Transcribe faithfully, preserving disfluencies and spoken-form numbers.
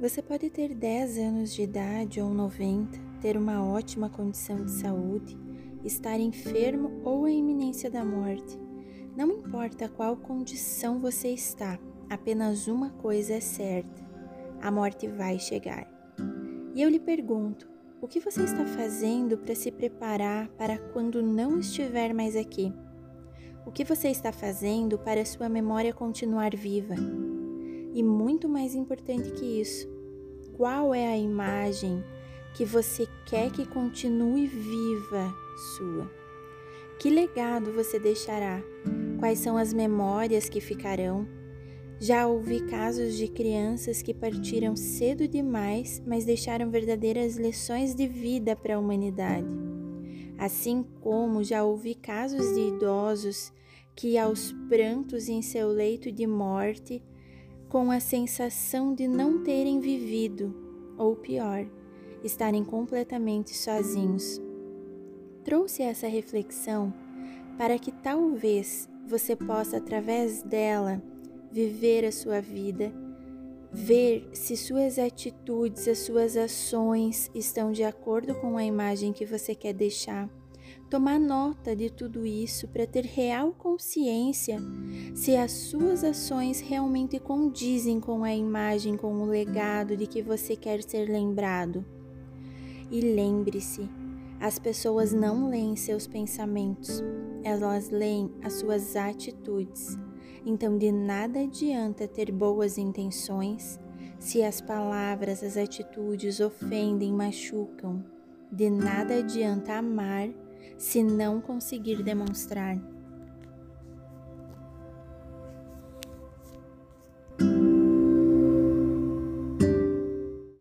Você pode ter dez anos de idade ou noventa, ter uma ótima condição de saúde, estar enfermo ou à iminência da morte. Não importa qual condição você está, apenas uma coisa é certa: a morte vai chegar. E eu lhe pergunto, o que você está fazendo para se preparar para quando não estiver mais aqui? O que você está fazendo para sua memória continuar viva? E muito mais importante que isso, qual é a imagem que você quer que continue viva sua? Que legado você deixará? Quais são as memórias que ficarão? Já ouvi casos de crianças que partiram cedo demais, mas deixaram verdadeiras lições de vida para a humanidade. Assim como já ouvi casos de idosos que, aos prantos em seu leito de morte, com a sensação de não terem vivido, ou pior, estarem completamente sozinhos. Trouxe essa reflexão para que talvez você possa, através dela, viver a sua vida, ver se suas atitudes, as suas ações estão de acordo com a imagem que você quer deixar. Tomar nota de tudo isso para ter real consciência se as suas ações realmente condizem com a imagem, com o legado de que você quer ser lembrado. E lembre-se, as pessoas não leem seus pensamentos, elas leem as suas atitudes. Então, de nada adianta ter boas intenções se as palavras, as atitudes ofendem, machucam. De nada adianta amar se não conseguir demonstrar.